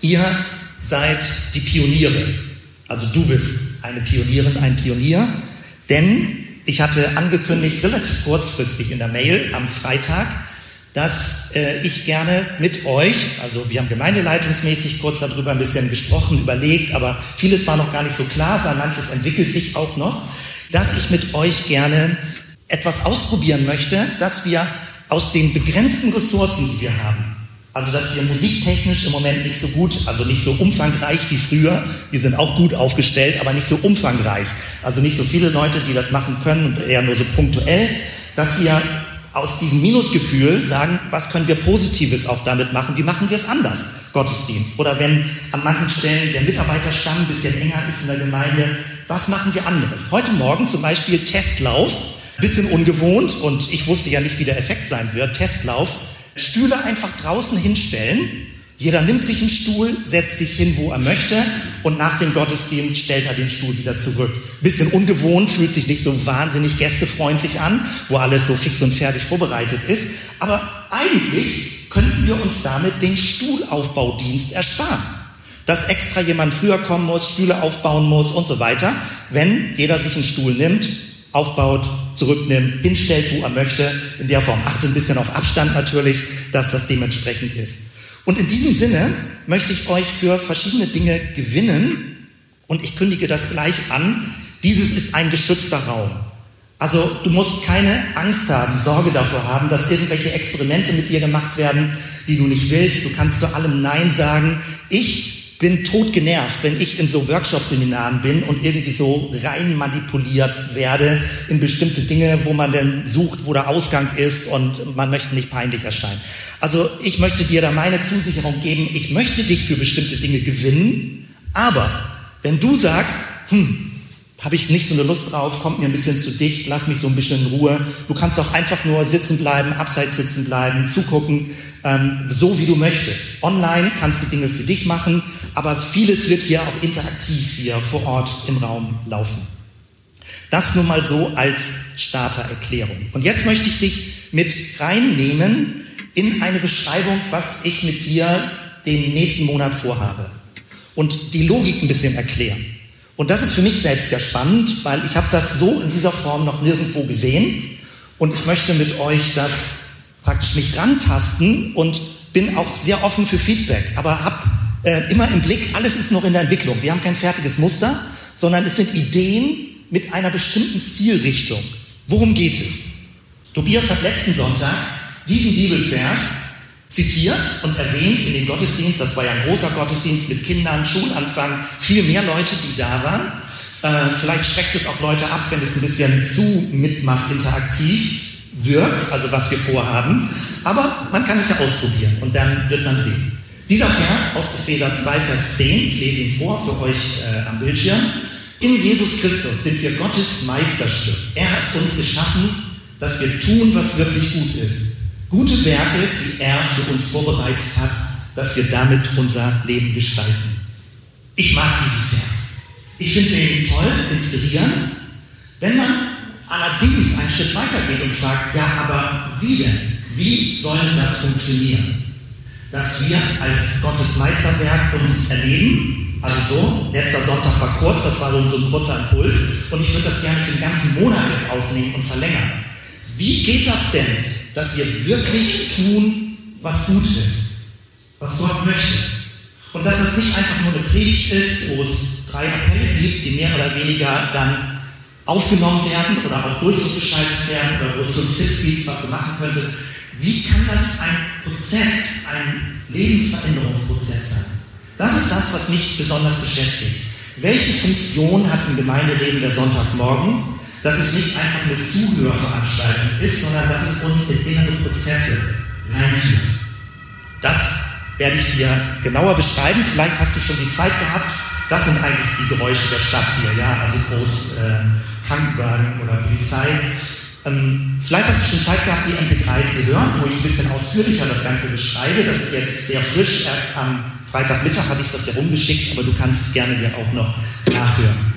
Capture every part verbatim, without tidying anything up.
Ihr seid die Pioniere. Also du bist eine Pionierin, ein Pionier. Denn ich hatte angekündigt, relativ kurzfristig in der Mail am Freitag, dass äh, ich gerne mit euch, also wir haben gemeindeleitungsmäßig kurz darüber ein bisschen gesprochen, überlegt, aber vieles war noch gar nicht so klar, weil manches entwickelt sich auch noch, dass ich mit euch gerne etwas ausprobieren möchte, dass wir aus den begrenzten Ressourcen, die wir haben, also dass wir musiktechnisch im Moment nicht so gut, also nicht so umfangreich wie früher, wir sind auch gut aufgestellt, aber nicht so umfangreich, also nicht so viele Leute, die das machen können und eher nur so punktuell, dass wir aus diesem Minusgefühl sagen, was können wir Positives auch damit machen, wie machen wir es anders, Gottesdienst. Oder wenn an manchen Stellen der Mitarbeiterstamm ein bisschen enger ist in der Gemeinde, was machen wir anderes? Heute Morgen zum Beispiel Testlauf, bisschen ungewohnt und ich wusste ja nicht, wie der Effekt sein wird, Testlauf, Stühle einfach draußen hinstellen, jeder nimmt sich einen Stuhl, setzt sich hin, wo er möchte und nach dem Gottesdienst stellt er den Stuhl wieder zurück. Bisschen ungewohnt, fühlt sich nicht so wahnsinnig gästefreundlich an, wo alles so fix und fertig vorbereitet ist. Aber eigentlich könnten wir uns damit den Stuhlaufbaudienst ersparen. Dass extra jemand früher kommen muss, Stühle aufbauen muss und so weiter, wenn jeder sich einen Stuhl nimmt, aufbaut, zurücknimmt, hinstellt, wo er möchte, in der Form. Achte ein bisschen auf Abstand natürlich, dass das dementsprechend ist. Und in diesem Sinne möchte ich euch für verschiedene Dinge gewinnen und ich kündige das gleich an. Dieses ist ein geschützter Raum. Also du musst keine Angst haben, Sorge davor haben, dass irgendwelche Experimente mit dir gemacht werden, die du nicht willst. Du kannst zu allem Nein sagen. Ich bin todgenervt, wenn ich in so Workshop-Seminaren bin und irgendwie so rein manipuliert werde in bestimmte Dinge, wo man dann sucht, wo der Ausgang ist und man möchte nicht peinlich erscheinen. Also ich möchte dir da meine Zusicherung geben, ich möchte dich für bestimmte Dinge gewinnen, aber wenn du sagst, hm, habe ich nicht so eine Lust drauf, kommt mir ein bisschen zu dicht, lass mich so ein bisschen in Ruhe, du kannst auch einfach nur sitzen bleiben, abseits sitzen bleiben, zugucken, ähm, so wie du möchtest. Online kannst du Dinge für dich machen, aber vieles wird hier auch interaktiv hier vor Ort im Raum laufen. Das nur mal so als Startererklärung. Und jetzt möchte ich dich mit reinnehmen in eine Beschreibung, was ich mit dir den nächsten Monat vorhabe. Und die Logik ein bisschen erklären. Und das ist für mich selbst sehr spannend, weil ich habe das so in dieser Form noch nirgendwo gesehen. Und ich möchte mit euch das praktisch mich rantasten und bin auch sehr offen für Feedback. Aber habe äh, immer im Blick, alles ist noch in der Entwicklung. Wir haben kein fertiges Muster, sondern es sind Ideen mit einer bestimmten Zielrichtung. Worum geht es? Tobias hat letzten Sonntag diesen Bibelvers zitiert und erwähnt in den Gottesdienst. Das war ja ein großer Gottesdienst mit Kindern, Schulanfang, viel mehr Leute, die da waren. Äh, vielleicht schreckt es auch Leute ab, wenn es ein bisschen zu mitmacht, interaktiv wirkt, also was wir vorhaben. Aber man kann es ja ausprobieren und dann wird man sehen. Dieser Vers aus Epheser zwei, Vers zehn, ich lese ihn vor für euch äh, am Bildschirm. In Jesus Christus sind wir Gottes Meisterstück. Er hat uns geschaffen, dass wir tun, was wirklich gut ist. Gute Werke, die er für uns vorbereitet hat, dass wir damit unser Leben gestalten. Ich mag diesen Vers. Ich finde ihn toll, inspirierend. Wenn man allerdings einen Schritt weitergeht und fragt, ja, aber wie denn? Wie soll das funktionieren? Dass wir als Gottes Meisterwerk uns erleben, also so, letzter Sonntag war kurz, das war so ein kurzer Impuls und ich würde das gerne für den ganzen Monat jetzt aufnehmen und verlängern. Wie geht das denn, dass wir wirklich tun, was gut ist, was Gott möchte? Und dass es nicht einfach nur eine Predigt ist, wo es drei Appelle gibt, die mehr oder weniger dann aufgenommen werden oder auch durchgeschaltet werden oder wo es fünf Tipps gibt, was du machen könntest. Wie kann das ein Prozess, ein Lebensveränderungsprozess sein? Das ist das, was mich besonders beschäftigt. Welche Funktion hat im Gemeindeleben der Sonntagmorgen, dass es nicht einfach eine Zuhörveranstaltung ist, sondern dass es uns in innere Prozesse reinführt? Das werde ich dir genauer beschreiben. Vielleicht hast du schon die Zeit gehabt. Das sind eigentlich die Geräusche der Stadt hier, ja, also groß äh, Krankenwagen oder Polizei. Ähm, vielleicht hast du schon Zeit gehabt, die M P drei zu hören, wo ich ein bisschen ausführlicher das Ganze beschreibe. Das ist jetzt sehr frisch. Erst am Freitagmittag hatte ich das ja rumgeschickt, aber du kannst es gerne dir auch noch nachhören.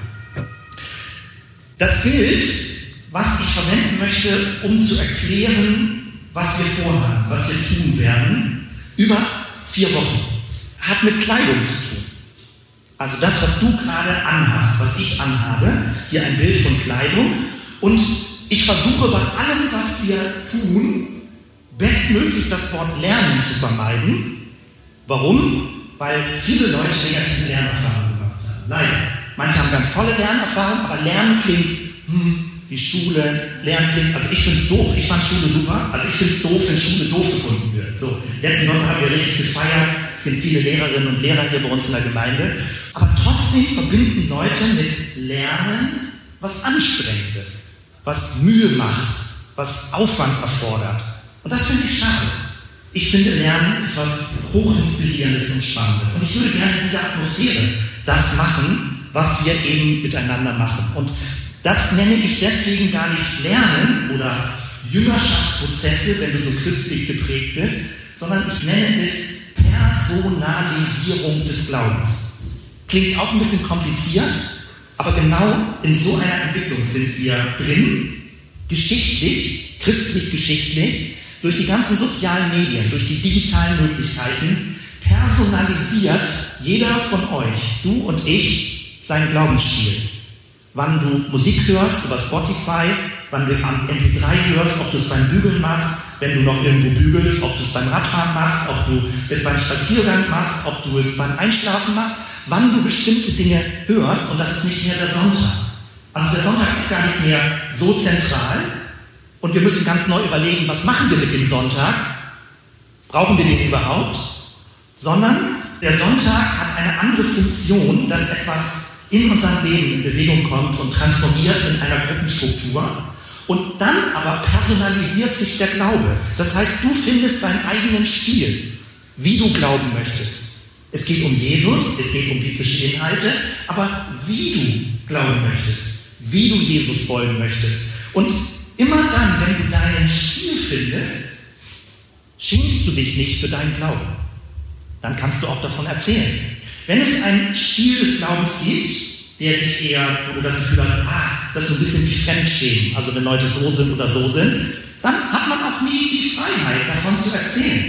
Das Bild, was ich verwenden möchte, um zu erklären, was wir vorhaben, was wir tun werden, über vier Wochen, hat mit Kleidung zu tun. Also das, was du gerade anhast, was ich anhabe, hier ein Bild von Kleidung. Und ich versuche bei allem, was wir tun, bestmöglich das Wort Lernen zu vermeiden. Warum? Weil viele Leute negative Lernerfahrungen gemacht haben. Leider. Manche haben ganz tolle Lernerfahrungen, aber Lernen klingt hm, wie Schule. Lernen klingt, also ich finde es doof. Ich fand Schule super. Also ich finde es doof, wenn Schule doof gefunden wird. So, letzten Sonntag haben wir richtig gefeiert. Es sind viele Lehrerinnen und Lehrer hier bei uns in der Gemeinde. Aber trotzdem verbinden Leute mit Lernen was Anstrengendes, was Mühe macht, was Aufwand erfordert. Und das finde ich schade. Ich finde, Lernen ist was Hochinspirierendes und Spannendes. Und ich würde gerne in dieser Atmosphäre das machen, was wir eben miteinander machen. Und das nenne ich deswegen gar nicht Lernen oder Jüngerschaftsprozesse, wenn du so christlich geprägt bist, sondern ich nenne es Personalisierung des Glaubens. Klingt auch ein bisschen kompliziert, aber genau in so einer Entwicklung sind wir drin, geschichtlich, christlich-geschichtlich, durch die ganzen sozialen Medien, durch die digitalen Möglichkeiten, personalisiert jeder von euch, du und ich, seinen Glaubensstil. Wann du Musik hörst über Spotify, wann du am M P drei hörst, ob du es beim Bügeln machst, wenn du noch irgendwo bügelst, ob du es beim Radfahren machst, ob du es beim Spaziergang machst, ob du es beim Einschlafen machst, wann du bestimmte Dinge hörst, und das ist nicht mehr der Sonntag. Also der Sonntag ist gar nicht mehr so zentral und wir müssen ganz neu überlegen, was machen wir mit dem Sonntag? Brauchen wir den überhaupt? Sondern der Sonntag hat eine andere Funktion, dass etwas in unserem Leben in Bewegung kommt und transformiert in einer Gruppenstruktur. Und dann aber personalisiert sich der Glaube. Das heißt, du findest deinen eigenen Stil, wie du glauben möchtest. Es geht um Jesus, es geht um biblische Inhalte, aber wie du glauben möchtest, wie du Jesus folgen möchtest. Und immer dann, wenn du deinen Stil findest, schämst du dich nicht für deinen Glauben. Dann kannst du auch davon erzählen. Wenn es einen Stil des Glaubens gibt, der dich eher, wo du das Gefühl hast, ah, das ist so ein bisschen wie Fremdschämen, also wenn Leute so sind oder so sind, dann hat man auch nie die Freiheit, davon zu erzählen.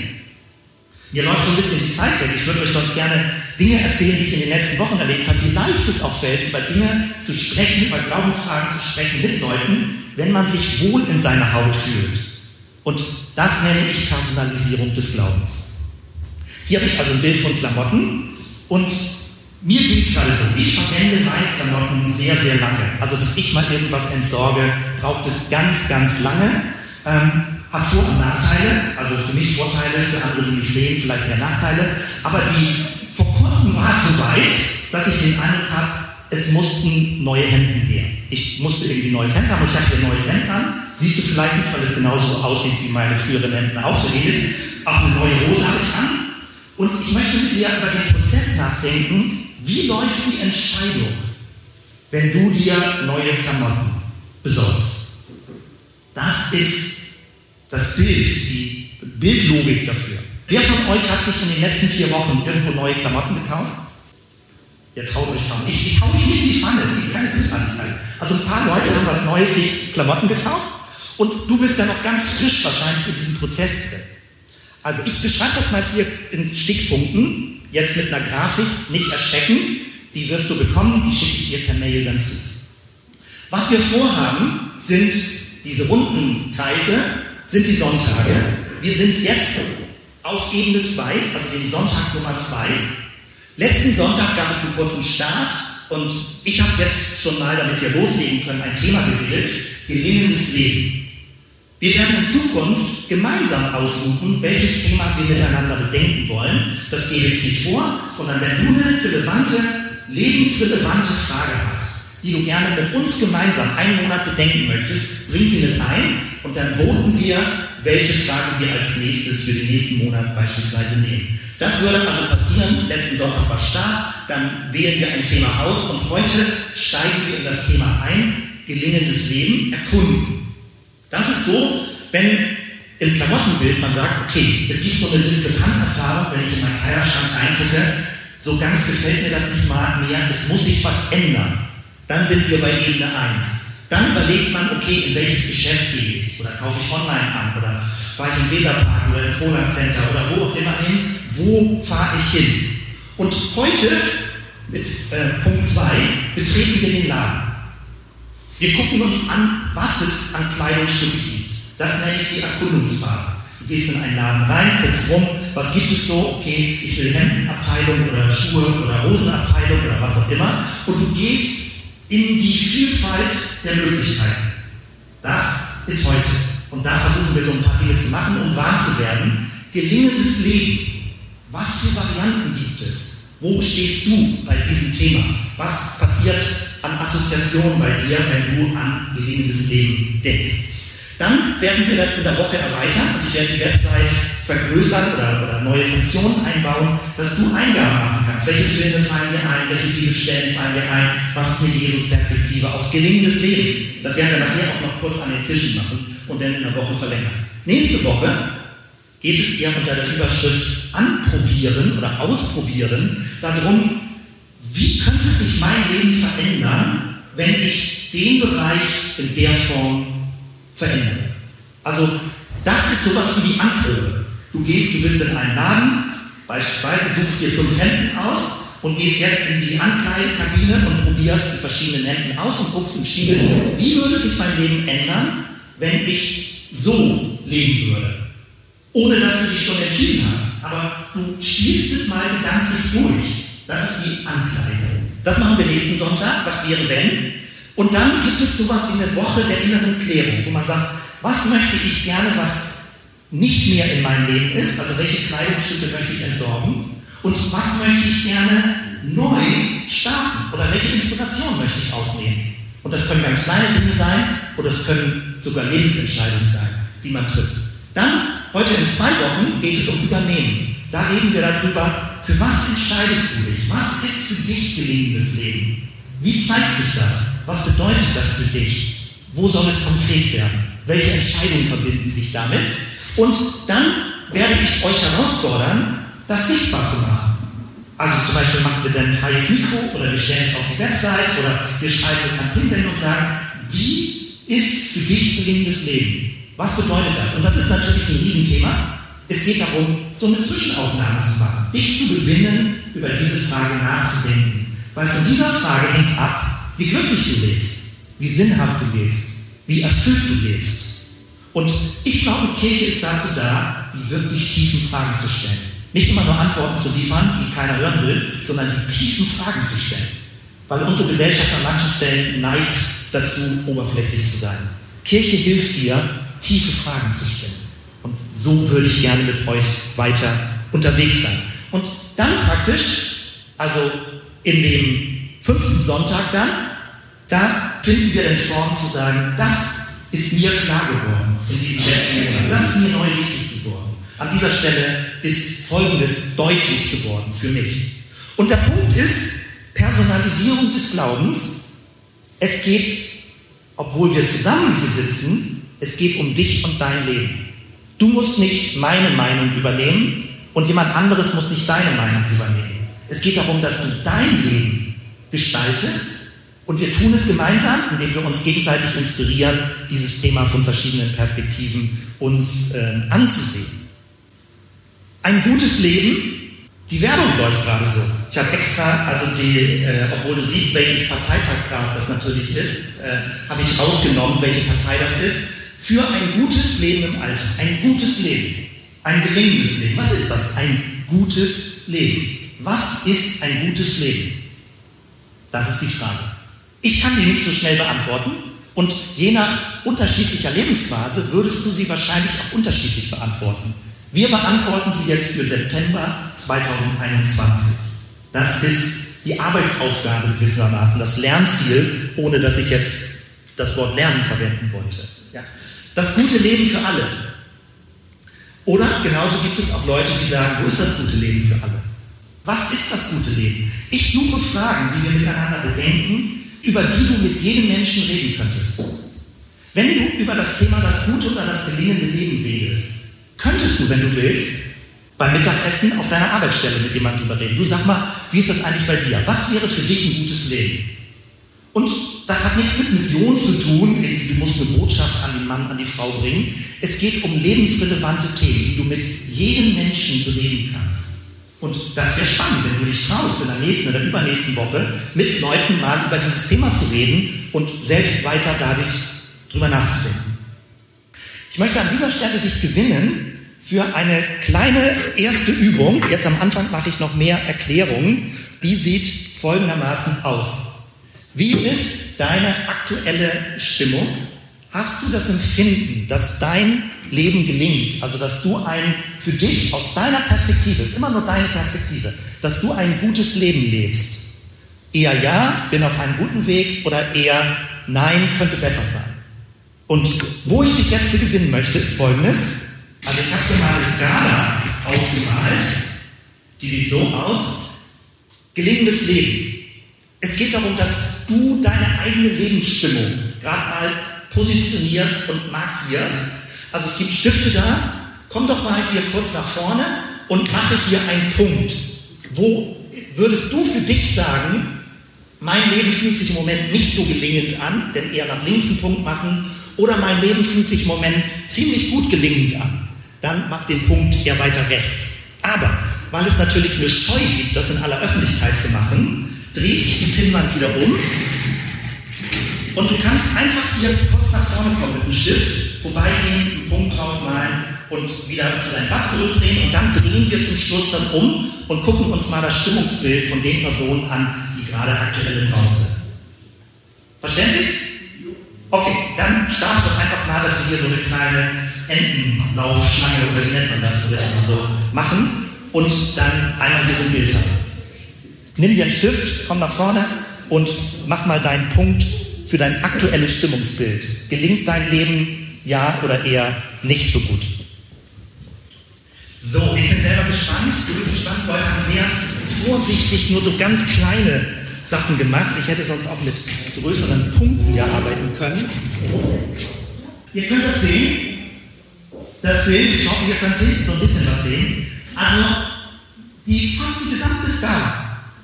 Mir läuft so ein bisschen die Zeit weg. Ich würde euch sonst gerne Dinge erzählen, die ich in den letzten Wochen erlebt habe, wie leicht es auch fällt, über Dinge zu sprechen, über Glaubensfragen zu sprechen mit Leuten, wenn man sich wohl in seiner Haut fühlt. Und das nenne ich Personalisierung des Glaubens. Hier habe ich also ein Bild von Klamotten und mir ging es gerade so, ich verwende meine Klamotten sehr, sehr lange. Also bis ich mal irgendwas entsorge, braucht es ganz, ganz lange. Ähm, hat Vor- und Nachteile, also für mich Vorteile, für andere, die mich sehen, vielleicht mehr Nachteile. Aber die, vor kurzem war es so weit, dass ich den Eindruck habe, es mussten neue Hemden her. Ich musste irgendwie ein neues Hemd haben und ich hatte hier ein neues Hemd an. Siehst du vielleicht nicht, weil es genauso aussieht wie meine früheren Hemden auch so ähnlich. Auch eine neue Hose habe ich an. Und ich möchte mit dir über den Prozess nachdenken, wie läuft die Entscheidung, wenn du dir neue Klamotten besorgst? Das ist das Bild, die Bildlogik dafür. Wer von euch hat sich in den letzten vier Wochen irgendwo neue Klamotten gekauft? Ihr traut euch kaum. Ich, ich hau mich nicht in die Pfanne, es gibt keine Bösartigkeit. Also ein paar Leute haben was Neues sich Klamotten gekauft und du bist dann noch ganz frisch wahrscheinlich in diesem Prozess drin. Also ich beschreibe das mal hier in Stichpunkten, jetzt mit einer Grafik, nicht erschrecken, die wirst du bekommen, die schicke ich dir per Mail dann zu. Was wir vorhaben, sind diese runden Kreise, sind die Sonntage. Wir sind jetzt auf Ebene zwei, also den Sonntag Nummer zwei. Letzten Sonntag gab es einen kurzen Start und ich habe jetzt schon mal, damit wir loslegen können, ein Thema gewählt, gelingendes Leben. Wir werden in Zukunft gemeinsam aussuchen, welches Thema wir miteinander bedenken wollen. Das gebe ich nicht vor, sondern wenn du eine relevante, lebensrelevante Frage hast, die du gerne mit uns gemeinsam einen Monat bedenken möchtest, bring sie mit ein und dann voten wir, welche Frage wir als nächstes für den nächsten Monat beispielsweise nehmen. Das würde also passieren, letzten Sonntag war Start, dann wählen wir ein Thema aus und heute steigen wir in das Thema ein, gelingendes Leben, erkunden. Das ist so, wenn im Klamottenbild man sagt, okay, es gibt so eine Diskrepanzerfahrung, wenn ich in meinen Kleiderschrank reingucke, so ganz gefällt mir das nicht mal mehr, es muss sich was ändern. Dann sind wir bei Ebene eins. Dann überlegt man, okay, in welches Geschäft gehe ich? Oder kaufe ich online an? Oder fahre ich im Weserpark oder ins Roland Center oder wo auch immer hin? Wo fahre ich hin? Und heute, mit äh, Punkt zwei, betreten wir den Laden. Wir gucken uns an, was es an Kleidungsstücken gibt. Das nenne ich die Erkundungsphase. Du gehst in einen Laden rein, guckst rum, was gibt es so? Okay, ich will Hemdenabteilung oder Schuhe oder Hosenabteilung oder was auch immer. Und du gehst in die Vielfalt der Möglichkeiten. Das ist heute. Und da versuchen wir so ein paar Dinge zu machen, um warm zu werden. Gelingendes Leben. Was für Varianten gibt es? Wo stehst du bei diesem Thema? Was passiert an Assoziationen bei dir, wenn du an gelingendes Leben denkst? Dann werden wir das in der Woche erweitern und ich werde die Website vergrößern oder, oder neue Funktionen einbauen, dass du Eingaben machen kannst. Welche Filme fallen dir ein, welche Bibelstellen fallen dir ein, was ist mit Jesus-Perspektive auf gelingendes Leben? Das werden wir nachher auch noch kurz an den Tischen machen und dann in der Woche verlängern. Nächste Woche geht es dir unter der Überschrift Anprobieren oder Ausprobieren darum, wie könnte sich mein Leben verändern, wenn ich den Bereich in der Form verändere. Also das ist sowas wie die Anprobe. Du gehst, du bist in einen Laden, beispielsweise suchst dir fünf Hemden aus und gehst jetzt in die Ankleidekabine und probierst die verschiedenen Hemden aus und guckst im Spiegel, wie würde sich mein Leben ändern, wenn ich so leben würde. Ohne dass du dich schon entschieden hast. Aber du spielst es mal gedanklich durch. Das ist die Ankleidung. Das machen wir nächsten Sonntag. Was wäre wenn? Und dann gibt es sowas wie eine Woche der inneren Klärung, wo man sagt, was möchte ich gerne, was nicht mehr in meinem Leben ist, also welche Kleidungsstücke möchte ich entsorgen und was möchte ich gerne neu starten oder welche Inspiration möchte ich aufnehmen. Und das können ganz kleine Dinge sein oder es können sogar Lebensentscheidungen sein, die man trifft. Dann, heute in zwei Wochen, geht es um Übernehmen. Da reden wir darüber, für was entscheidest du dich? Was ist für dich gelingendes Leben? Wie zeigt sich das? Was bedeutet das für dich? Wo soll es konkret werden? Welche Entscheidungen verbinden sich damit? Und dann werde ich euch herausfordern, das sichtbar zu machen. Also zum Beispiel machen wir dann ein freies Mikro oder wir stellen es auf die Website oder wir schreiben es an Pinwände und sagen, wie ist für dich gelingendes Leben? Was bedeutet das? Und das ist natürlich ein Riesenthema. Es geht darum, so eine Zwischenaufnahme zu machen, dich zu gewinnen, über diese Frage nachzudenken. Weil von dieser Frage hängt ab, wie glücklich du lebst, wie sinnhaft du lebst, wie erfüllt du lebst. Und ich glaube, Kirche ist dazu da, die wirklich tiefen Fragen zu stellen. Nicht immer nur Antworten zu liefern, die keiner hören will, sondern die tiefen Fragen zu stellen. Weil unsere Gesellschaft an manchen Stellen neigt dazu, oberflächlich zu sein. Kirche hilft dir, tiefe Fragen zu stellen. Und so würde ich gerne mit euch weiter unterwegs sein. Und dann praktisch, also in dem fünften Sonntag dann, da finden wir den Form zu sagen, das ist mir klar geworden in diesen letzten Monaten. Das ist mir neu wichtig geworden. An dieser Stelle ist Folgendes deutlich geworden für mich. Und der Punkt ist, Personalisierung des Glaubens. Es geht, obwohl wir zusammen hier sitzen, es geht um dich und dein Leben. Du musst nicht meine Meinung übernehmen und jemand anderes muss nicht deine Meinung übernehmen. Es geht darum, dass du dein Leben gestaltest und wir tun es gemeinsam, indem wir uns gegenseitig inspirieren, dieses Thema von verschiedenen Perspektiven uns äh, anzusehen. Ein gutes Leben, die Werbung läuft gerade so. Ich habe extra, also die, äh, obwohl du siehst, welches Parteiplakat das natürlich ist, äh, habe ich rausgenommen, welche Partei das ist. Für ein gutes Leben im Alter. Ein gutes Leben. Ein gelingendes Leben. Was ist das? Ein gutes Leben. Was ist ein gutes Leben? Das ist die Frage. Ich kann die nicht so schnell beantworten und je nach unterschiedlicher Lebensphase würdest du sie wahrscheinlich auch unterschiedlich beantworten. Wir beantworten sie jetzt für September zweitausendeinundzwanzig. Das ist die Arbeitsaufgabe gewissermaßen, das Lernziel, ohne dass ich jetzt das Wort Lernen verwenden wollte. Ja. Das gute Leben für alle. Oder genauso gibt es auch Leute, die sagen, wo ist das gute Leben für alle? Was ist das gute Leben? Ich suche Fragen, die wir miteinander bedenken, über die du mit jedem Menschen reden könntest. Wenn du über das Thema das gute oder das gelingende Leben redest, könntest du, wenn du willst, beim Mittagessen auf deiner Arbeitsstelle mit jemandem drüber reden. Du sag mal, wie ist das eigentlich bei dir? Was wäre für dich ein gutes Leben? Und das hat nichts mit Mission zu tun, du musst eine Botschaft an den Mann, an die Frau bringen. Es geht um lebensrelevante Themen, die du mit jedem Menschen bereden kannst. Und das wäre spannend, wenn du dich traust, in der nächsten oder übernächsten Woche mit Leuten mal über dieses Thema zu reden und selbst weiter dadurch drüber nachzudenken. Ich möchte an dieser Stelle dich gewinnen für eine kleine erste Übung. Jetzt am Anfang mache ich noch mehr Erklärungen. Die sieht folgendermaßen aus. Wie ist deine aktuelle Stimmung? Hast du das Empfinden, dass dein Leben gelingt, also dass du ein, für dich aus deiner Perspektive, ist immer nur deine Perspektive, dass du ein gutes Leben lebst? Eher ja, bin auf einem guten Weg, oder eher nein, könnte besser sein? Und wo ich dich jetzt für gewinnen möchte, ist Folgendes. Also ich habe hier mal eine Skala aufgemalt, die sieht so aus: gelingendes Leben. Es geht darum, dass du deine eigene Lebensstimmung gerade mal positionierst und markierst. Also es gibt Stifte da, komm doch mal hier kurz nach vorne und mache hier einen Punkt. Wo würdest du für dich sagen, mein Leben fühlt sich im Moment nicht so gelingend an, denn eher nach links einen Punkt machen, oder mein Leben fühlt sich im Moment ziemlich gut gelingend an, dann mach den Punkt eher weiter rechts. Aber weil es natürlich eine Scheu gibt, das in aller Öffentlichkeit zu machen, drehe ich die Pinnwand wieder um. Und du kannst einfach hier kurz nach vorne kommen mit dem Stift, vorbeigehen, einen Punkt draufmalen und wieder zu deinem Platz zurückdrehen. Und dann drehen wir zum Schluss das um und gucken uns mal das Stimmungsbild von den Personen an, die gerade aktuell im Raum sind. Verständlich? Okay, dann starte doch einfach mal, dass wir hier so eine kleine Entenlaufschlange, oder wie nennt man das, oder so machen und dann einmal hier so ein Bild haben. Nimm dir einen Stift, komm nach vorne und mach mal deinen Punkt für dein aktuelles Stimmungsbild. Gelingt dein Leben, ja oder eher nicht so gut? So, ich bin selber gespannt. Du bist gespannt. Leute haben sehr vorsichtig nur so ganz kleine Sachen gemacht. Ich hätte sonst auch mit größeren Punkten ja arbeiten können. Ihr könnt das sehen. Das Bild, ich hoffe, ihr könnt so ein bisschen was sehen. Also, die fast die gesamte Skala.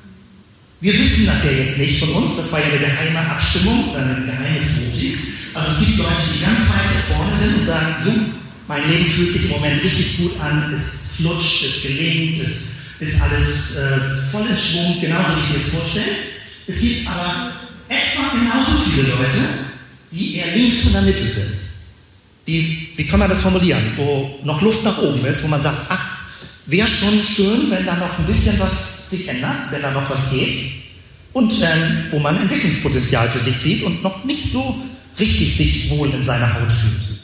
Wir wissen das ja jetzt nicht von uns, das war ja eine geheime Abstimmung oder ein geheimes Voting. Also es gibt Leute, die ganz weit hier vorne sind und sagen, so, mein Leben fühlt sich im Moment richtig gut an, es flutscht, es gelingt, es ist alles äh, voll in Schwung, genauso wie ich mir das vorstelle. Es gibt aber etwa genauso viele Leute, die eher links von der Mitte sind. Die, wie kann man das formulieren, wo noch Luft nach oben ist, wo man sagt, ach, wäre schon schön, wenn da noch ein bisschen was sich ändert, wenn da noch was geht und ähm, wo man Entwicklungspotenzial für sich sieht und noch nicht so richtig sich wohl in seiner Haut fühlt.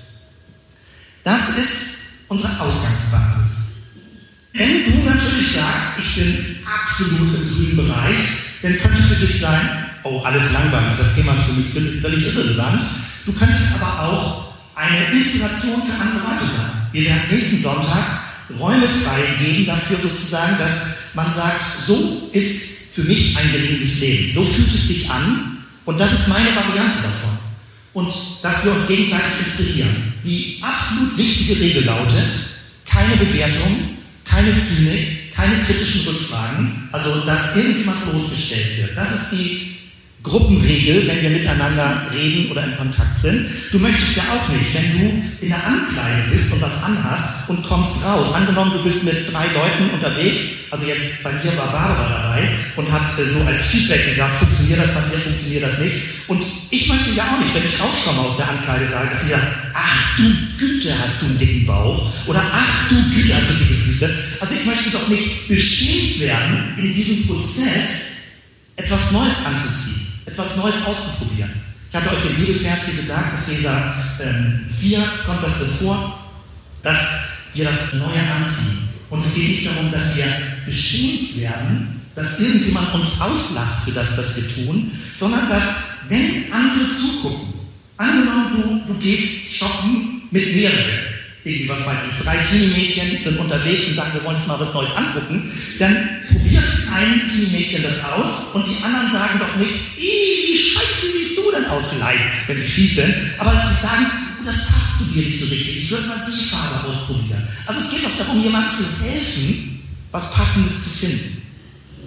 Das ist unsere Ausgangsbasis. Wenn du natürlich sagst, ich bin absolut im grünen Bereich, dann könnte für dich sein, oh, alles langweilig, das Thema ist für mich völlig, völlig irrelevant. Du könntest aber auch eine Inspiration für andere Leute sein. Wir werden nächsten Sonntag Räume freigeben dafür sozusagen, dass man sagt, so ist für mich ein gelingendes Leben. So fühlt es sich an und das ist meine Variante davon. Und dass wir uns gegenseitig inspirieren. Die absolut wichtige Regel lautet, keine Bewertung, keine Zynik, keine kritischen Rückfragen, also dass irgendjemand bloßgestellt wird. Das ist die Gruppenregel, wenn wir miteinander reden oder in Kontakt sind. Du möchtest ja auch nicht, wenn du in der Ankleide bist und was anhast und kommst raus. Angenommen, du bist mit drei Leuten unterwegs, also jetzt bei mir war Barbara dabei und hat äh, so als Feedback gesagt, funktioniert das bei mir, funktioniert das nicht. Und ich möchte ja auch nicht, wenn ich rauskomme aus der Ankleide, sagen, dass sie sagt, ach du Güte, hast du einen dicken Bauch oder ach du Güte, hast du dicke Füße. Also ich möchte doch nicht beschämt werden, in diesem Prozess etwas Neues anzuziehen. Etwas Neues auszuprobieren. Ich hatte euch den Bibelvers hier gesagt, in Epheser ähm, vier kommt das drin vor, dass wir das Neue anziehen. Und es geht nicht darum, dass wir beschämt werden, dass irgendjemand uns auslacht für das, was wir tun, sondern dass, wenn andere zugucken, angenommen du, du gehst shoppen mit mehreren, irgendwie, was weiß ich, drei Teenie-Mädchen sind unterwegs und sagen, wir wollen uns mal was Neues angucken, dann probiert ein Teenie-Mädchen das aus und die anderen sagen doch nicht, wie scheiße siehst du denn aus, vielleicht, wenn sie fies sind, aber sie sagen, oh, das passt zu dir nicht so richtig, ich würde mal die Farbe ausprobieren. Also es geht doch darum, jemandem zu helfen, was Passendes zu finden.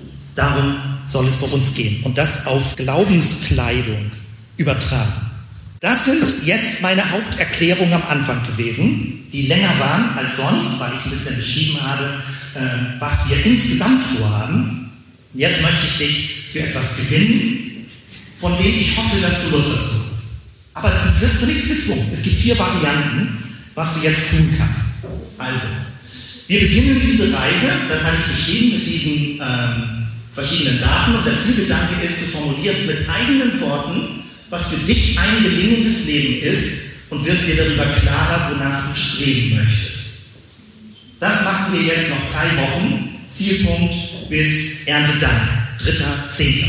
Darum soll es bei uns gehen und das auf Glaubenskleidung übertragen. Das sind jetzt meine Haupterklärungen am Anfang gewesen, die länger waren als sonst, weil ich ein bisschen beschrieben habe, was wir insgesamt vorhaben. Und jetzt möchte ich dich für etwas gewinnen, von dem ich hoffe, dass du Lust dazu hast. Aber du wirst zu nichts gezwungen. Es gibt vier Varianten, was du jetzt tun kannst. Also, wir beginnen diese Reise, das habe ich beschrieben, mit diesen ähm, verschiedenen Daten. Und der Zielgedanke ist, du formulierst mit eigenen Worten, was für dich ein gelingendes Leben ist und wirst dir darüber klarer, wonach du streben möchtest. Das machen wir jetzt noch drei Wochen, Zielpunkt bis Erntedank, dritter zehnter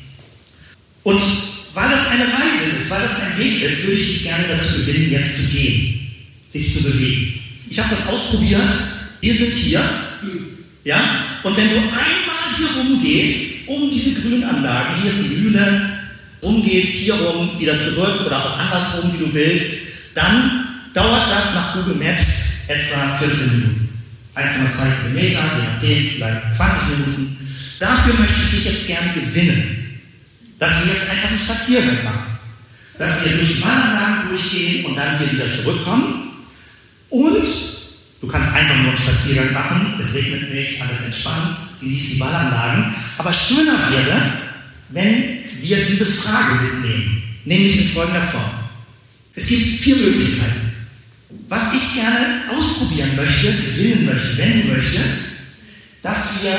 Und weil das eine Reise ist, weil das ein Weg ist, würde ich dich gerne dazu gewinnen, jetzt zu gehen, sich zu bewegen. Ich habe das ausprobiert, wir sind hier, ja, und wenn du einmal hier rumgehst, um diese Grünanlage, hier ist die Mühle, rumgehst, hier rum, wieder zurück oder auch andersrum, wie du willst, dann dauert das nach Google Maps etwa vierzehn Minuten. eins Komma zwei Kilometer, je nachdem, vielleicht zwanzig Minuten. Dafür möchte ich dich jetzt gerne gewinnen, dass wir jetzt einfach einen Spaziergang machen. Dass wir durch die Wallanlagen durchgehen und dann hier wieder zurückkommen. Und du kannst einfach nur einen Spaziergang machen, es regnet nicht, alles entspannt, genießt die Wallanlagen. Aber schöner wäre, wenn wir diese Frage mitnehmen, nämlich in folgender Form. Es gibt vier Möglichkeiten. Was ich gerne ausprobieren möchte, gewinnen möchte, wenn du möchtest, dass wir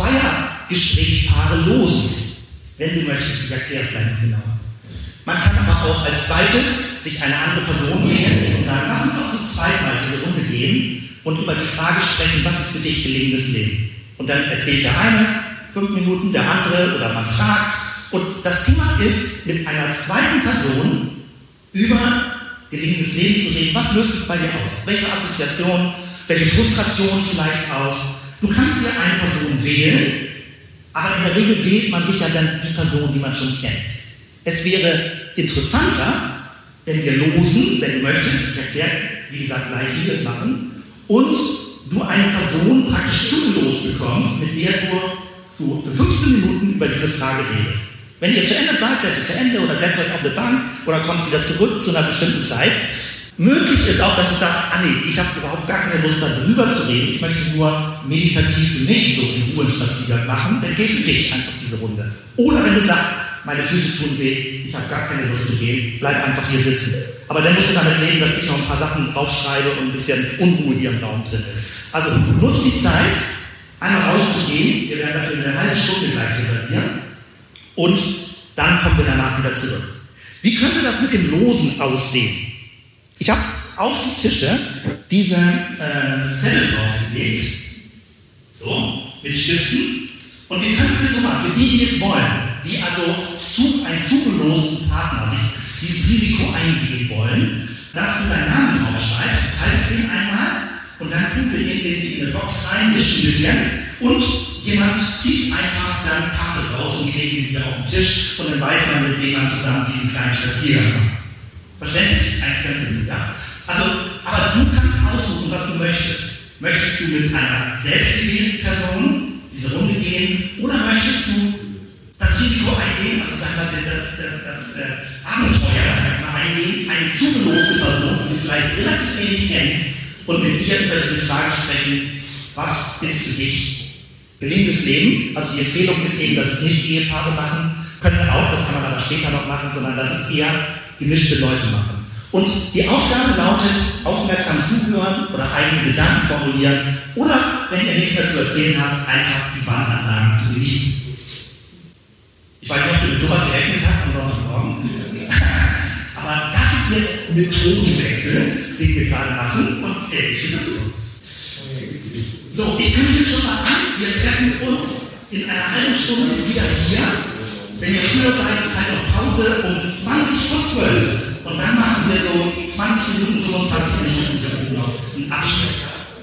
Zweiergesprächspaare losen. Wenn du möchtest, ich erkläre es gleich noch genauer. Man kann aber auch als zweites sich eine andere Person wählen und sagen, lass uns doch zu zweit mal diese Runde gehen und über die Frage sprechen, was ist für dich gelingendes Leben? Und dann erzählt der eine fünf Minuten, der andere oder man fragt. Und das Thema ist, mit einer zweiten Person über gelingendes Leben zu reden. Was löst es bei dir aus? Welche Assoziation, welche Frustration vielleicht auch? Du kannst dir eine Person wählen, aber in der Regel wählt man sich ja dann die Person, die man schon kennt. Es wäre interessanter, wenn wir losen, wenn du möchtest, ich erkläre, wie gesagt, gleich, wie wir es machen, und du eine Person praktisch zugelost bekommst, mit der du für fünfzehn Minuten über diese Frage redest. Wenn ihr zu Ende seid, seid ihr zu Ende oder setzt euch auf eine Bank oder kommt wieder zurück zu einer bestimmten Zeit. Möglich ist auch, dass du sagst, ah nee, ich habe überhaupt gar keine Lust darüber zu reden, ich möchte nur meditativ für mich so in Ruhe einen Spaziergang machen, dann geh für dich einfach diese Runde. Oder wenn du sagst, meine Füße tun weh, ich habe gar keine Lust zu gehen, bleib einfach hier sitzen. Aber dann musst du damit reden, dass ich noch ein paar Sachen draufschreibe und ein bisschen Unruhe hier im Raum drin ist. Also nutzt die Zeit, einmal rauszugehen, wir werden dafür eine halbe Stunde gleich reservieren. Und dann kommen wir danach wieder zurück. Wie könnte das mit dem Losen aussehen? Ich habe auf die Tische diese äh, Zettel draufgelegt, so, mit Stiften. Und wir können das so machen, für die, die es wollen, die also zu, einen zugelosten Partner, sich dieses Risiko eingehen wollen, dass du deinen Namen draufschreibst, haltest den einmal und dann tun wir den in eine Box rein, wischen ein bisschen und jemand zieht einfach dann Karte raus und legt ihn wieder auf den Tisch und dann weiß man, mit wem man zusammen diesen kleinen Spaziergang macht. Verständlich? Eigentlich ganz simpel, ja? Also, aber du kannst aussuchen, was du möchtest. Möchtest du mit einer selbstgewählten Person diese Runde gehen oder möchtest du das Risiko eingehen, also sagen wir das, das, das äh, Abenteuer mal eingehen, eine zugeloste Person, die du vielleicht relativ wenig kennst und mit ihr über diese Frage sprechen, was ist für dich gelingendes Leben? Also die Empfehlung ist eben, dass es nicht Ehepaare machen können auch, das kann man aber später noch machen, sondern dass es eher gemischte Leute machen. Und die Aufgabe lautet, aufmerksam zuhören oder eigene Gedanken formulieren oder, wenn ihr nichts mehr zu erzählen habt, einfach die Wandanlagen zu genießen. Ich weiß nicht, ob du mit sowas gerechnet hast am Sonntagmorgen, aber das ist jetzt ein Methodenwechsel, den wir gerade machen und äh, ich finde das super. So, ich kündige schon mal an, wir treffen uns in einer halben Stunde wieder hier. Wenn ihr früher seid, ist halt noch Pause um zwanzig vor zwölf. Und dann machen wir so zwanzig Minuten, fünfundzwanzig Minuten noch einen Abschluss.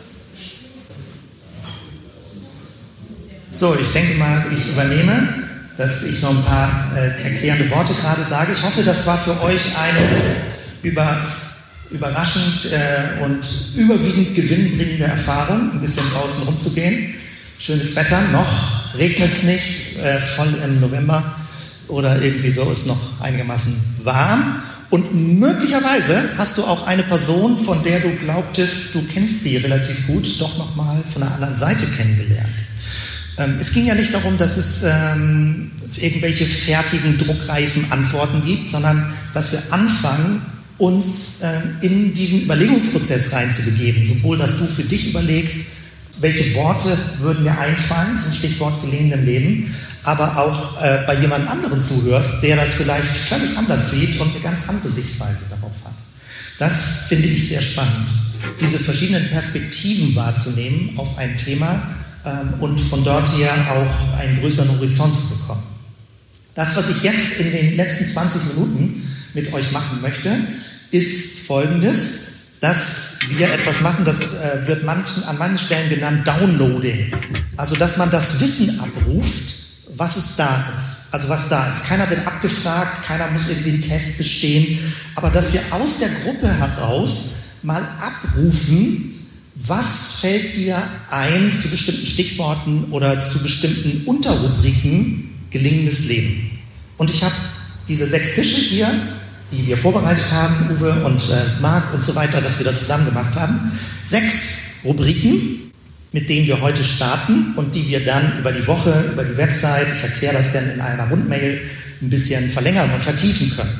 So, ich denke mal, ich übernehme, dass ich noch ein paar äh, erklärende Worte gerade sage. Ich hoffe, das war für euch eine über, überraschend äh, und überwiegend gewinnbringende Erfahrung, ein bisschen draußen rumzugehen. Schönes Wetter, noch regnet es nicht, äh, voll im November oder irgendwie so, ist noch einigermaßen warm. Und möglicherweise hast du auch eine Person, von der du glaubtest, du kennst sie relativ gut, doch nochmal von einer anderen Seite kennengelernt. Ähm, es ging ja nicht darum, dass es ähm, irgendwelche fertigen, druckreifen Antworten gibt, sondern dass wir anfangen, uns äh, in diesen Überlegungsprozess reinzubegeben. Sowohl, dass du für dich überlegst, welche Worte würden mir einfallen zum Stichwort gelingendem Leben, aber auch äh, bei jemand anderen zuhörst, der das vielleicht völlig anders sieht und eine ganz andere Sichtweise darauf hat. Das finde ich sehr spannend, diese verschiedenen Perspektiven wahrzunehmen auf ein Thema ähm, und von dort her auch einen größeren Horizont zu bekommen. Das, was ich jetzt in den letzten zwanzig Minuten mit euch machen möchte, ist Folgendes, dass wir etwas machen, das äh, wird manchen, an manchen Stellen genannt Downloading. Also, dass man das Wissen abruft, was es da ist, also was da ist. Keiner wird abgefragt, keiner muss irgendwie einen Test bestehen, aber dass wir aus der Gruppe heraus mal abrufen, was fällt dir ein zu bestimmten Stichworten oder zu bestimmten Unterrubriken gelingendes Leben. Und ich habe diese sechs Tische hier, die wir vorbereitet haben, Uwe und äh, Marc und so weiter, dass wir das zusammen gemacht haben. Sechs Rubriken, mit denen wir heute starten und die wir dann über die Woche, über die Website, ich erkläre das dann in einer Rundmail, ein bisschen verlängern und vertiefen können.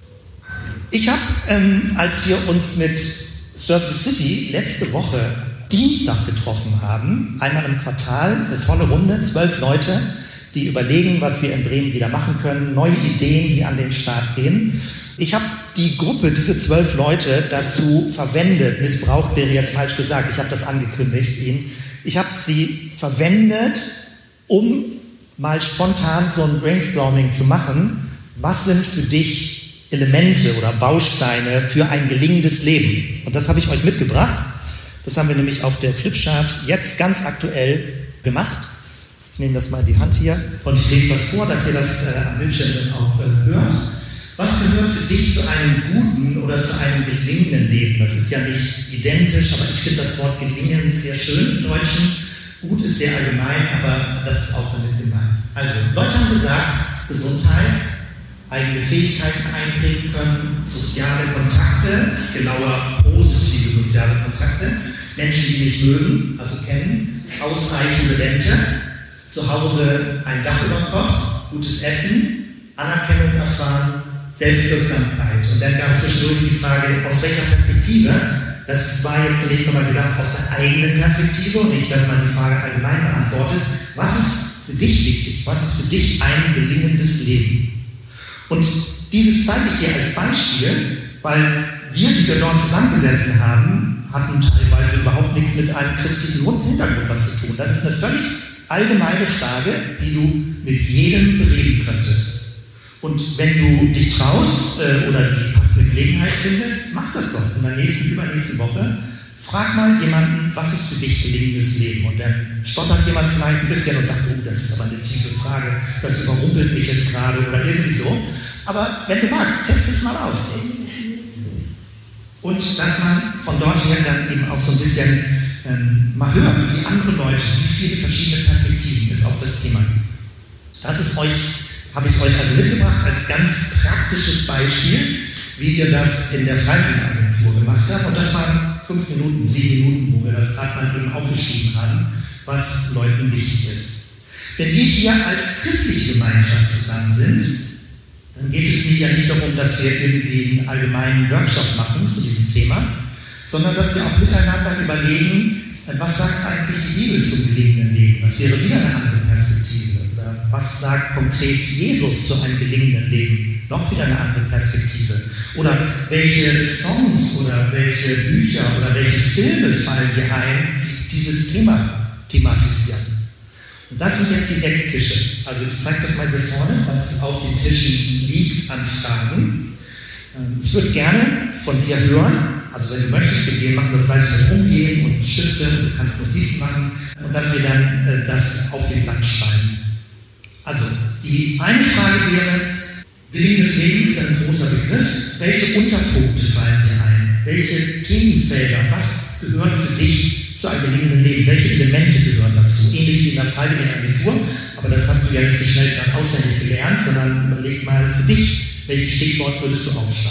Ich habe, ähm, als wir uns mit Serve the City letzte Woche Dienstag getroffen haben, einmal im Quartal, eine tolle Runde, zwölf Leute, die überlegen, was wir in Bremen wieder machen können, neue Ideen, die an den Start gehen. Ich habe die Gruppe, diese zwölf Leute, dazu verwendet, missbraucht wäre jetzt falsch gesagt, ich habe das angekündigt Ihnen, ich habe sie verwendet, um mal spontan so ein Brainstorming zu machen, was sind für dich Elemente oder Bausteine für ein gelingendes Leben. Und das habe ich euch mitgebracht, das haben wir nämlich auf der Flipchart jetzt ganz aktuell gemacht. Ich nehme das mal in die Hand hier und ich lese das vor, dass ihr das äh, am Bildschirm auch äh, hört. Was gehört für dich zu einem guten oder zu einem gelingenden Leben? Das ist ja nicht identisch, aber ich finde das Wort gelingen sehr schön im Deutschen. Gut ist sehr allgemein, aber das ist auch damit gemeint. Also, Leute haben gesagt, Gesundheit, eigene Fähigkeiten einbringen können, soziale Kontakte, genauer positive soziale Kontakte, Menschen, die mich mögen, also kennen, ausreichende Rente, zu Hause ein Dach über dem Kopf, gutes Essen, Anerkennung erfahren, Selbstwirksamkeit. Und dann gab es zwischendurch die Frage, aus welcher Perspektive? Das war jetzt zunächst einmal gedacht aus der eigenen Perspektive und nicht, dass man die Frage allgemein beantwortet. Was ist für dich wichtig? Was ist für dich ein gelingendes Leben? Und dieses zeige ich dir als Beispiel, weil wir, die wir dort zusammengesessen haben, hatten teilweise überhaupt nichts mit einem christlichen Hintergrund was zu tun. Das ist eine völlig allgemeine Frage, die du mit jedem bereden könntest. Und wenn du dich traust äh, oder die passende Gelegenheit findest, mach das doch in der nächsten, übernächsten Woche. Frag mal jemanden, was ist für dich gelingendes Leben? Und dann stottert jemand vielleicht ein bisschen und sagt, oh, das ist aber eine tiefe Frage, das überrumpelt mich jetzt gerade oder irgendwie so. Aber wenn du magst, test es mal aus. Und dass man von dort her dann eben auch so ein bisschen ähm, mal hört, wie andere Leute, wie viele verschiedene Perspektiven es auf das Thema gibt. Das ist euch, habe ich euch also mitgebracht als ganz praktisches Beispiel, wie wir das in der Freiwilligenagentur gemacht haben. Und das waren fünf Minuten, sieben Minuten, wo wir das gerade mal eben aufgeschrieben haben, was Leuten wichtig ist. Wenn wir hier als christliche Gemeinschaft zusammen sind, dann geht es mir ja nicht darum, dass wir irgendwie einen allgemeinen Workshop machen zu diesem Thema, sondern dass wir auch miteinander überlegen, was sagt eigentlich die Bibel zum gelingenden Leben? Das wäre wieder eine andere Perspektive. Oder was sagt konkret Jesus zu einem gelingenden Leben? Noch wieder eine andere Perspektive. Oder welche Songs oder welche Bücher oder welche Filme fallen dir ein, die dieses Thema thematisieren? Und das sind jetzt die sechs Tische. Also ich zeige das mal hier vorne, was auf den Tischen liegt an Fragen. Ich würde gerne von dir hören, also wenn du möchtest, wir gehen, machen das gleich mit Umgehen und Stifte, du kannst Notizen machen und dass wir dann äh, das auf den Blatt schreiben. Also die eine Frage wäre, gelingendes Leben ist ein großer Begriff. Welche Unterpunkte fallen dir ein? Welche Themenfelder, was gehört für dich zu einem gelingenden Leben? Welche Elemente gehören dazu? Ähnlich wie in der Freiwilligenagentur, aber das hast du ja nicht so schnell gerade auswendig gelernt, sondern überleg mal für dich, welches Stichwort würdest du aufschreiben?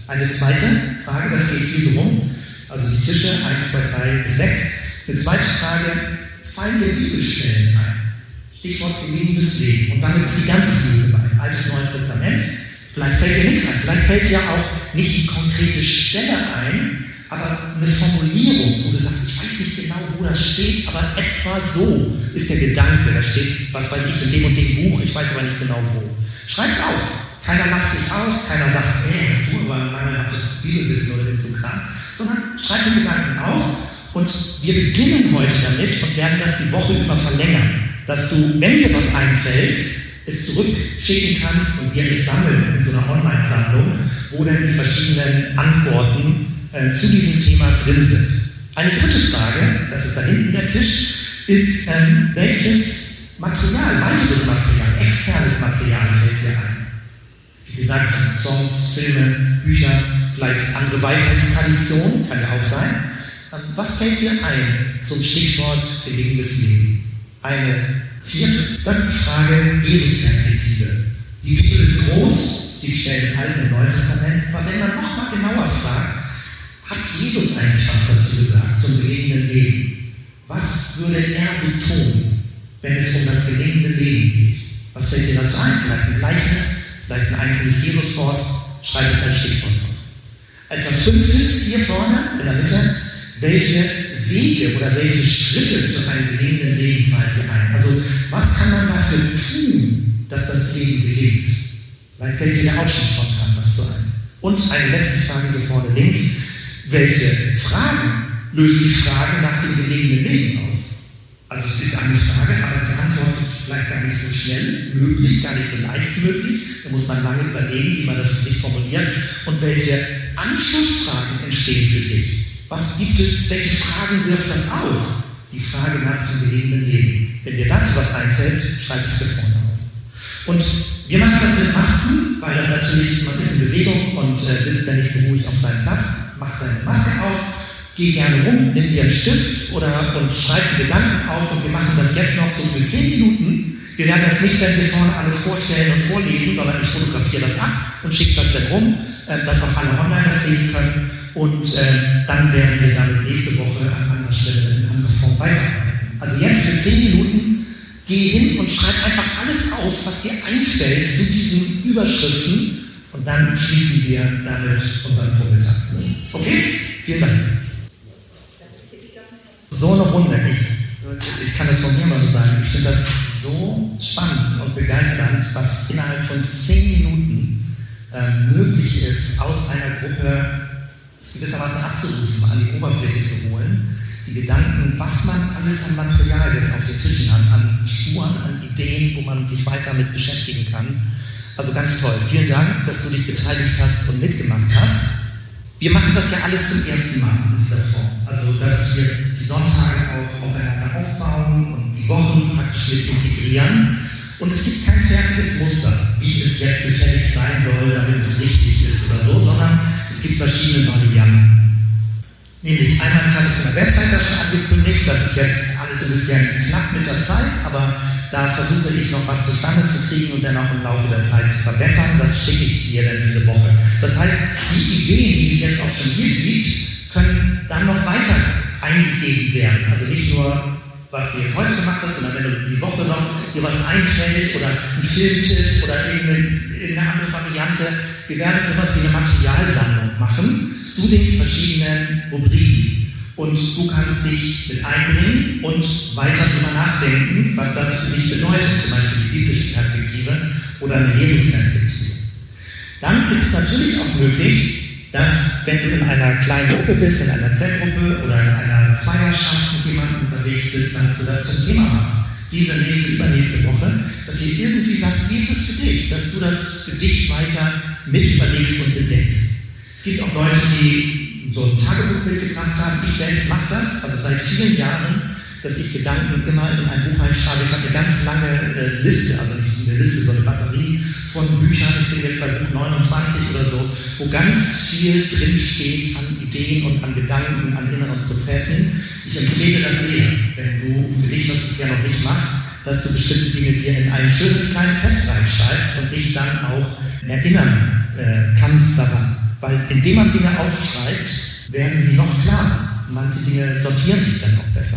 Eine zweite Frage, das geht hier so rum, also die Tische eins, zwei, drei bis sechs. Eine zweite Frage, fallen dir Bibelstellen ein? Stichwort gelegen bis Leben. Und damit ist die ganze Bibel gemeint, Altes, Neues Testament. Vielleicht fällt dir nichts ein, vielleicht fällt dir auch nicht die konkrete Stelle ein, aber eine Formulierung, wo du sagst, ich weiß nicht genau, wo das steht, aber etwa so ist der Gedanke. Da steht, was weiß ich, in dem und dem Buch, ich weiß aber nicht genau wo. Schreib's auf. Keiner lacht dich aus, keiner sagt, ey, das ist du aber mangelhaftes Bibelwissen oder so Kram, sondern schreib den Gedanken auf und wir beginnen heute damit und werden das die Woche über verlängern, dass du, wenn dir was einfällt, es zurückschicken kannst und wir es sammeln in so einer Online-Sammlung, wo dann die verschiedenen Antworten äh, zu diesem Thema drin sind. Eine dritte Frage, das ist da hinten der Tisch, ist, ähm, welches Material, weiteres Material, externes Material fällt dir ein? Wie gesagt, Songs, Filme, Bücher, vielleicht andere Weisheitstraditionen, kann ja auch sein. Ähm, was fällt dir ein zum Stichwort gelegenes Leben? Eine vierte, das ist die Frage Jesus-Perspektive. Die Bibel ist groß, es gibt Stellen im Alten und Neuen Testament, aber wenn man nochmal genauer fragt, hat Jesus eigentlich was dazu gesagt, zum gelegenen Leben? Was würde er betonen, wenn es um das gelegene Leben geht? Was fällt dir dazu ein? Vielleicht ein Gleichnis, vielleicht ein einzelnes Jesuswort, schreib es als Stichwort auf. Etwas Fünftes hier vorne in der Mitte, welche Wege oder welche Schritte zu einem gelegenen Leben fallen dir ein? Also was kann man dafür tun, dass das Leben gelingt? Vielleicht fällt dir auch schon spontan was zu ein. Und eine letzte Frage hier vorne links, welche Fragen löst die Frage nach dem gelegenen Leben aus? Also es ist eine Frage, aber die Antwort ist vielleicht gar nicht so schnell möglich, gar nicht so leicht möglich. Da muss man lange überlegen, wie man das für sich formuliert. Und welche Anschlussfragen entstehen für dich? Was gibt es, welche Fragen wirft das auf? Die Frage nach dem gelegenen Leben. Wenn dir dazu was einfällt, schreib es hier vorne auf. Und wir machen das mit Masken, weil das natürlich, man ist in Bewegung und äh, sitzt dann nicht so ruhig auf seinem Platz. Mach deine Maske auf, geh gerne rum, nimm dir einen Stift oder, und schreib die Gedanken auf und wir machen das jetzt noch so für zehn Minuten. Wir werden das nicht dann hier vorne alles vorstellen und vorlesen, sondern ich fotografiere das ab und schicke das dann rum, äh, dass auch alle online das sehen können. Und äh, dann werden wir damit nächste Woche an anderer Stelle in anderer Form weiterarbeiten. Also jetzt für zehn Minuten, geh hin und schreib einfach alles auf, was dir einfällt zu diesen Überschriften und dann schließen wir damit unseren Vormittag. Okay? Vielen Dank. So eine Runde. Ich, ich kann das von mir mal sagen. Ich finde das so spannend und begeisternd, was innerhalb von zehn Minuten äh, möglich ist, aus einer Gruppe gewissermaßen abzurufen, an die Oberfläche zu holen. Die Gedanken, was man alles an Material jetzt auf den Tischen hat, an Spuren, an Ideen, wo man sich weiter mit beschäftigen kann. Also ganz toll. Vielen Dank, dass du dich beteiligt hast und mitgemacht hast. Wir machen das ja alles zum ersten Mal in dieser Form. Also, dass wir die Sonntage auch aufeinander aufbauen und die Wochen praktisch mit integrieren. Und es gibt kein fertiges Muster, wie es jetzt gefällig sein soll, damit es richtig ist oder so, sondern es gibt verschiedene Varianten. Nämlich einmal, ich hatte von der Webseite schon angekündigt, das ist jetzt alles ein bisschen knapp mit der Zeit, aber da versuche ich noch was zustande zu kriegen und dann auch im Laufe der Zeit zu verbessern. Das schicke ich dir dann diese Woche. Das heißt, die Ideen, die es jetzt auch schon hier gibt, können dann noch weiter eingegeben werden. Also nicht nur, was du jetzt heute gemacht hast, sondern wenn du die Woche noch dir was einfällt oder ein Filmtipp oder irgendeine, irgendeine andere Variante. Wir werden sowas wie eine Materialsammlung machen zu den verschiedenen Rubriken. Und du kannst dich mit einbringen und weiter drüber nachdenken, was das für dich bedeutet, zum Beispiel die biblische Perspektive oder eine Jesus-Perspektive. Dann ist es natürlich auch möglich, dass, wenn du in einer kleinen Gruppe bist, in einer Zellgruppe oder in einer Zweierschaft mit jemandem unterwegs bist, dass du das zum Thema machst. Diese nächste, übernächste Woche, dass ihr irgendwie sagt, wie ist es für dich, dass du das für dich weiter mit überlegst und bedenkst. Es gibt auch Leute, die so ein Tagebuch mitgebracht haben. Ich selbst mache das, also seit vielen Jahren, dass ich Gedanken immer in ein Buch reinschreibe. Ich habe eine ganz lange äh, Liste, also nicht eine Liste, sondern eine Batterie von Büchern. Ich bin jetzt bei Buch neunundzwanzig oder so, wo ganz viel drinsteht an Ideen und an Gedanken, an inneren Prozessen. Ich empfehle das sehr, wenn du für dich, was du es ja noch nicht machst, dass du bestimmte Dinge dir in ein schönes kleines Heft reinschreibst und dich dann auch erinnern äh, kannst daran, Weil indem man Dinge aufschreibt, werden sie noch klarer. Manche Dinge sortieren sich dann auch besser.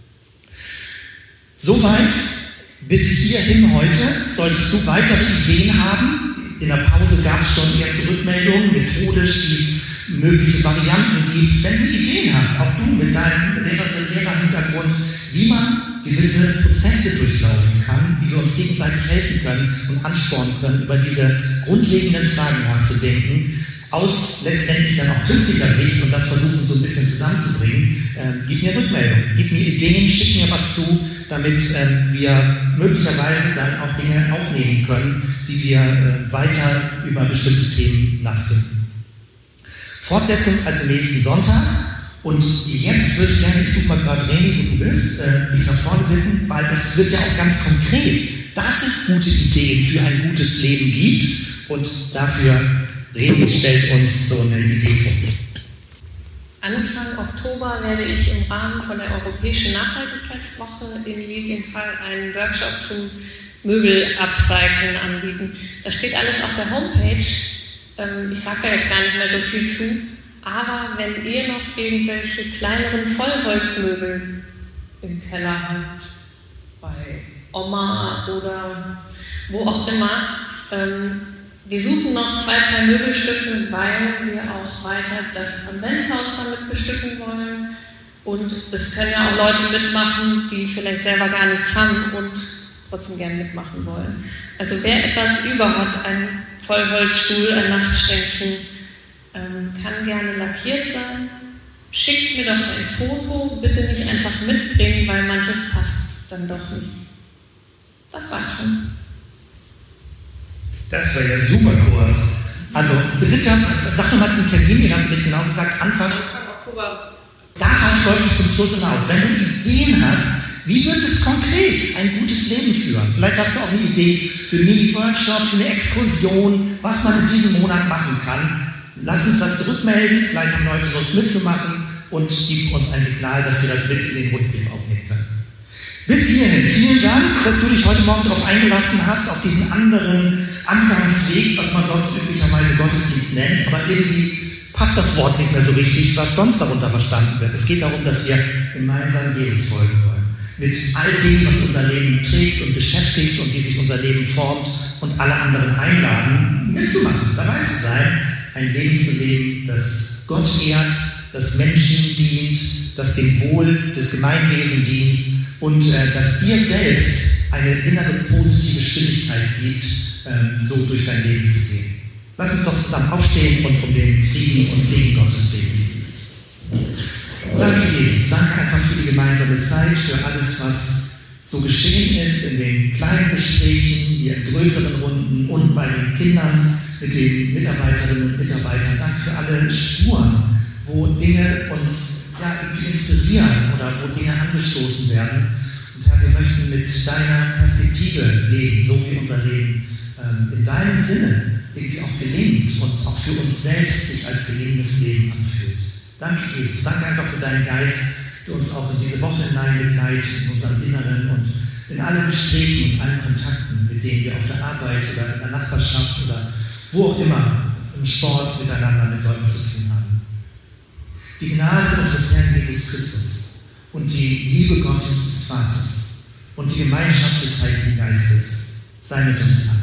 Soweit bis hierhin heute. Solltest du weitere Ideen haben? In der Pause gab es schon erste Rückmeldungen, methodisch, wie es mögliche Varianten gibt. Wenn du Ideen hast, auch du mit deinem Lehrerhintergrund, wie man gewisse Prozesse durchlaufen kann, wie wir uns gegenseitig helfen können und anspornen können, über diese grundlegenden Fragen nachzudenken, aus letztendlich dann auch christlicher Sicht und das versuchen so ein bisschen zusammenzubringen, äh, gib mir Rückmeldung, gib mir Ideen, schick mir was zu, damit äh, wir möglicherweise dann auch Dinge aufnehmen können, wie wir äh, weiter über bestimmte Themen nachdenken. Fortsetzung also nächsten Sonntag. Und jetzt würde ich gerne, ich suche mal gerade René, wo du bist, äh, dich nach vorne bitten, weil es wird ja auch ganz konkret, dass es gute Ideen für ein gutes Leben gibt. Und dafür, René stellt uns so eine Idee vor. Anfang Oktober werde ich im Rahmen von der Europäischen Nachhaltigkeitswoche in Lilienthal einen Workshop zum Möbel-Upcyclen anbieten. Das steht alles auf der Homepage. Ähm, ich sage da jetzt gar nicht mehr so viel zu. Aber wenn ihr noch irgendwelche kleineren Vollholzmöbel im Keller habt, bei Oma oder wo auch immer, ähm, wir suchen noch zwei, drei Möbelstücke, weil wir auch weiter das Adventshaus damit bestücken wollen. Und es können ja auch Leute mitmachen, die vielleicht selber gar nichts haben und trotzdem gerne mitmachen wollen. Also wer etwas über hat, ein Vollholzstuhl, ein Nachtständchen, kann gerne lackiert sein. Schickt mir doch ein Foto, bitte nicht einfach mitbringen, weil manches passt dann doch nicht. Das war's schon. Das war ja super kurz. Also, dritter, sag doch mal den Termin, den hast du nicht genau gesagt, Anfang, Anfang Oktober. Darauf läuft es zum Schluss hinaus. Wenn du Ideen hast, wie wird es konkret ein gutes Leben führen? Vielleicht hast du auch eine Idee für Mini-Workshops, für eine Exkursion, was man in diesem Monat machen kann. Lass uns das zurückmelden, vielleicht haben Leute Lust mitzumachen und gib uns ein Signal, dass wir das mit in den Rundbrief aufnehmen können. Bis hierhin, vielen Dank, dass du dich heute Morgen darauf eingelassen hast, auf diesen anderen Angangsweg, was man sonst üblicherweise Gottesdienst nennt, aber irgendwie passt das Wort nicht mehr so richtig, was sonst darunter verstanden wird. Es geht darum, dass wir gemeinsam Jesus folgen wollen. Mit all dem, was unser Leben trägt und beschäftigt und wie sich unser Leben formt und alle anderen einladen, mitzumachen, dabei zu sein, ein Leben zu leben, das Gott ehrt, das Menschen dient, das dem Wohl des Gemeinwesens dient und äh, das dir selbst eine innere positive Stimmigkeit gibt, äh, so durch dein Leben zu gehen. Lass uns doch zusammen aufstehen und um den Frieden und Segen Gottes beten. Danke, Jesus. Danke einfach für die gemeinsame Zeit, für alles, was so geschehen ist in den kleinen Gesprächen, hier in größeren Runden und bei den Kindern, mit den Mitarbeiterinnen und Mitarbeitern. Danke für alle Spuren, wo Dinge uns ja, irgendwie inspirieren oder wo Dinge angestoßen werden. Und Herr, wir möchten mit deiner Perspektive leben, so wie unser Leben ähm, in deinem Sinne irgendwie auch gelingt und auch für uns selbst sich als gelingendes Leben anfühlt. Danke, Jesus. Danke einfach für deinen Geist, der uns auch in diese Woche hinein begleitet, in unserem Inneren und in allen Gesprächen und allen Kontakten, mit denen wir auf der Arbeit oder in der Nachbarschaft oder wo auch immer im Sport miteinander mit Leuten zu tun haben. Die Gnade unseres Herrn Jesus Christus und die Liebe Gottes des Vaters und die Gemeinschaft des Heiligen Geistes sei mit uns allen.